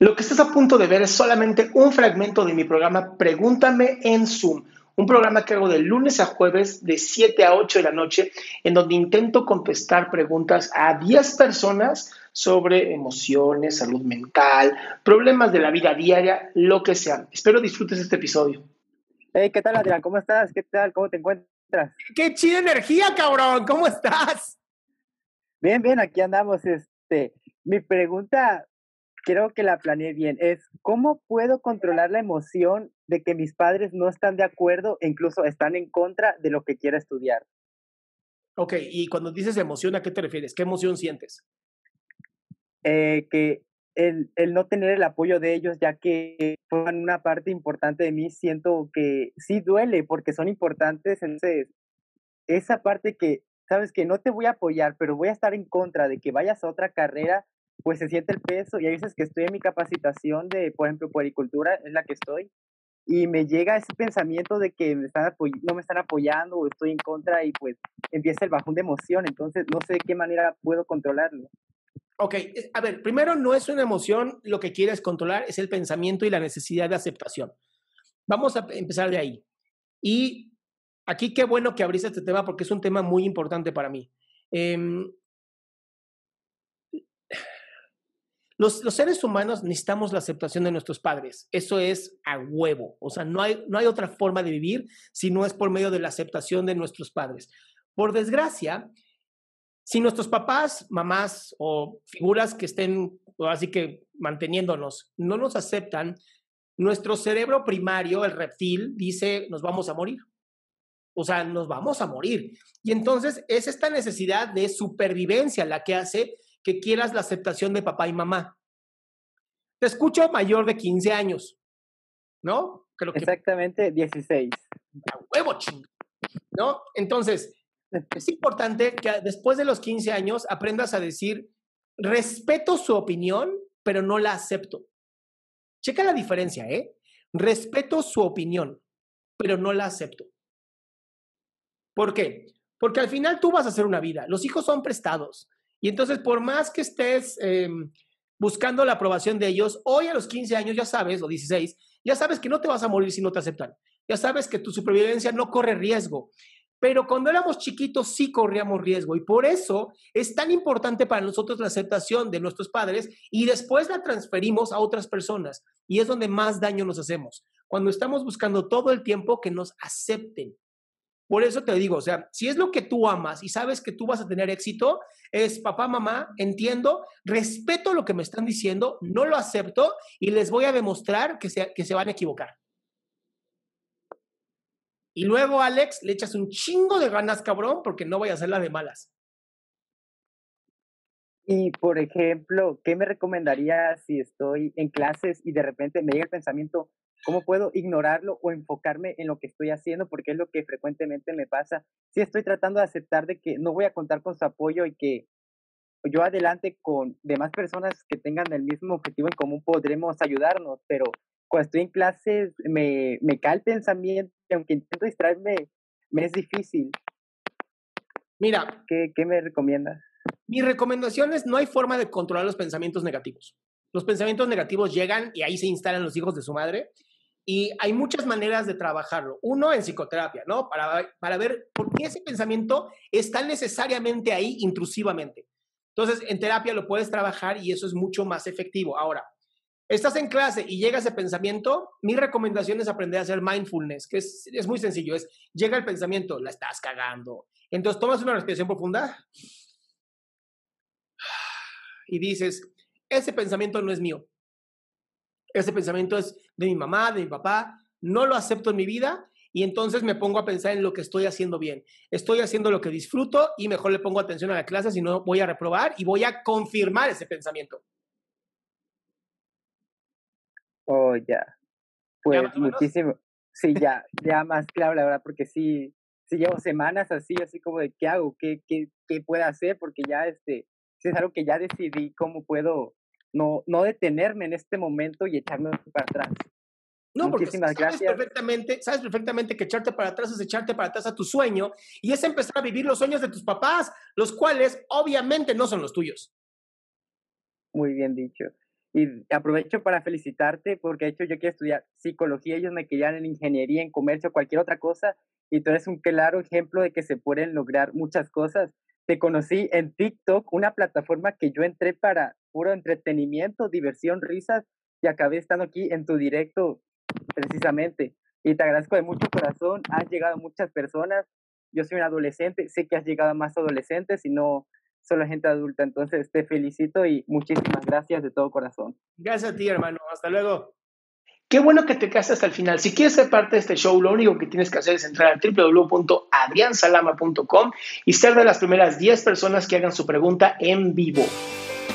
Lo que estás a punto de ver es solamente un fragmento de mi programa Pregúntame en Zoom, un programa que hago de lunes a jueves de 7 a 8 de la noche, en donde intento contestar preguntas a 10 personas sobre emociones, salud mental, problemas de la vida diaria, lo que sea. Espero disfrutes este episodio. Hey, ¿qué tal, Adrián? ¿Cómo estás? ¿Qué tal? ¿Cómo te encuentras? ¡Qué chida energía, cabrón! ¿Cómo estás? Bien, bien, aquí andamos. Mi pregunta, creo que la planeé bien, es ¿cómo puedo controlar la emoción de que mis padres no están de acuerdo e incluso están en contra de lo que quiero estudiar? Ok, y cuando dices emoción, ¿a qué te refieres? ¿Qué emoción sientes? Que el no tener el apoyo de ellos, ya que forman una parte importante de mí, siento que sí duele porque son importantes. Entonces, esa parte que, sabes que no te voy a apoyar, pero voy a estar en contra de que vayas a otra carrera, pues se siente el peso. Y hay veces que estoy en mi capacitación de, por ejemplo, puericultura, es la que estoy, y me llega ese pensamiento de que no me están apoyando o estoy en contra y pues empieza el bajón de emoción. Entonces, no sé de qué manera puedo controlarlo. Ok, a ver, primero no es una emoción, lo que quieres controlar es el pensamiento y la necesidad de aceptación. Vamos a empezar de ahí. Y aquí qué bueno que abriste este tema porque es un tema muy importante para mí. Eh, los seres humanos necesitamos la aceptación de nuestros padres. Eso es a huevo. O sea, no hay otra forma de vivir si no es por medio de la aceptación de nuestros padres. Por desgracia, si nuestros papás, mamás o figuras que estén así que manteniéndonos no nos aceptan, nuestro cerebro primario, el reptil, dice, nos vamos a morir. O sea, nos vamos a morir. Y entonces es esta necesidad de supervivencia la que hace que quieras la aceptación de papá y mamá. Te escucho mayor de 15 años, ¿no? Creo que Exactamente, 16. a huevo, ching, ¿no? Entonces, es importante que después de los 15 años aprendas a decir, respeto su opinión, pero no la acepto. Checa la diferencia, ¿eh? Respeto su opinión, pero no la acepto. ¿Por qué? Porque al final tú vas a hacer una vida. Los hijos son prestados. Y entonces, por más que estés buscando la aprobación de ellos, hoy a los 15 años ya sabes, o 16, ya sabes que no te vas a morir si no te aceptan. Ya sabes que tu supervivencia no corre riesgo. Pero cuando éramos chiquitos sí corríamos riesgo y por eso es tan importante para nosotros la aceptación de nuestros padres y después la transferimos a otras personas y es donde más daño nos hacemos. Cuando estamos buscando todo el tiempo que nos acepten. Por eso te digo, o sea, si es lo que tú amas y sabes que tú vas a tener éxito, es papá, mamá, entiendo, respeto lo que me están diciendo, no lo acepto y les voy a demostrar que se van a equivocar. Y luego, Alex, le echas un chingo de ganas, cabrón, porque no voy a hacerla de malas. Y, por ejemplo, ¿qué me recomendarías si estoy en clases y de repente me llega el pensamiento, cómo puedo ignorarlo o enfocarme en lo que estoy haciendo? Porque es lo que frecuentemente me pasa. Sí estoy tratando de aceptar de que no voy a contar con su apoyo y que yo adelante con demás personas que tengan el mismo objetivo en común podremos ayudarnos, pero cuando estoy en clases me cae el pensamiento y aunque intento distraerme, me es difícil. Mira, ¿Qué me recomiendas? mi recomendación es no hay forma de controlar los pensamientos negativos. Los pensamientos negativos llegan y ahí se instalan los hijos de su madre. Y hay muchas maneras de trabajarlo. Uno, en psicoterapia, ¿no? Para ver por qué ese pensamiento está necesariamente ahí intrusivamente. Entonces, en terapia lo puedes trabajar y eso es mucho más efectivo. Ahora, estás en clase y llega ese pensamiento, mi recomendación es aprender a hacer mindfulness, que es muy sencillo. Llega el pensamiento, la estás cagando. Entonces, tomas una respiración profunda y dices, ese pensamiento no es mío. Ese pensamiento es de mi mamá, de mi papá, no lo acepto en mi vida y entonces me pongo a pensar en lo que estoy haciendo bien. Estoy haciendo lo que disfruto y mejor le pongo atención a la clase, si no voy a reprobar y voy a confirmar ese pensamiento. Oh, ya. ¿Ya Pues más o menos? muchísimo. Sí, ya más claro, la verdad, porque sí llevo semanas así como de qué hago, qué puedo hacer, porque ya sí es algo que ya decidí cómo puedo no detenerme en este momento y echarme para atrás. No, porque Muchísimas gracias. sabes perfectamente que echarte para atrás es echarte para atrás a tu sueño y es empezar a vivir los sueños de tus papás, los cuales obviamente no son los tuyos. Muy bien dicho. Y aprovecho para felicitarte porque de hecho yo quiero estudiar psicología, ellos me querían en ingeniería, en comercio, cualquier otra cosa, y tú eres un claro ejemplo de que se pueden lograr muchas cosas. Te conocí en TikTok, una plataforma que yo entré para puro entretenimiento, diversión, risas, y acabé estando aquí en tu directo precisamente. Y te agradezco de mucho corazón, has llegado a muchas personas, yo soy un adolescente, sé que has llegado a más adolescentes y no solo gente adulta. Entonces te felicito y muchísimas gracias de todo corazón. Gracias a ti, hermano. Hasta luego. Qué bueno que te quedaste hasta el final. Si quieres ser parte de este show, lo único que tienes que hacer es entrar a www.adriansalama.com y ser de las primeras 10 personas que hagan su pregunta en vivo.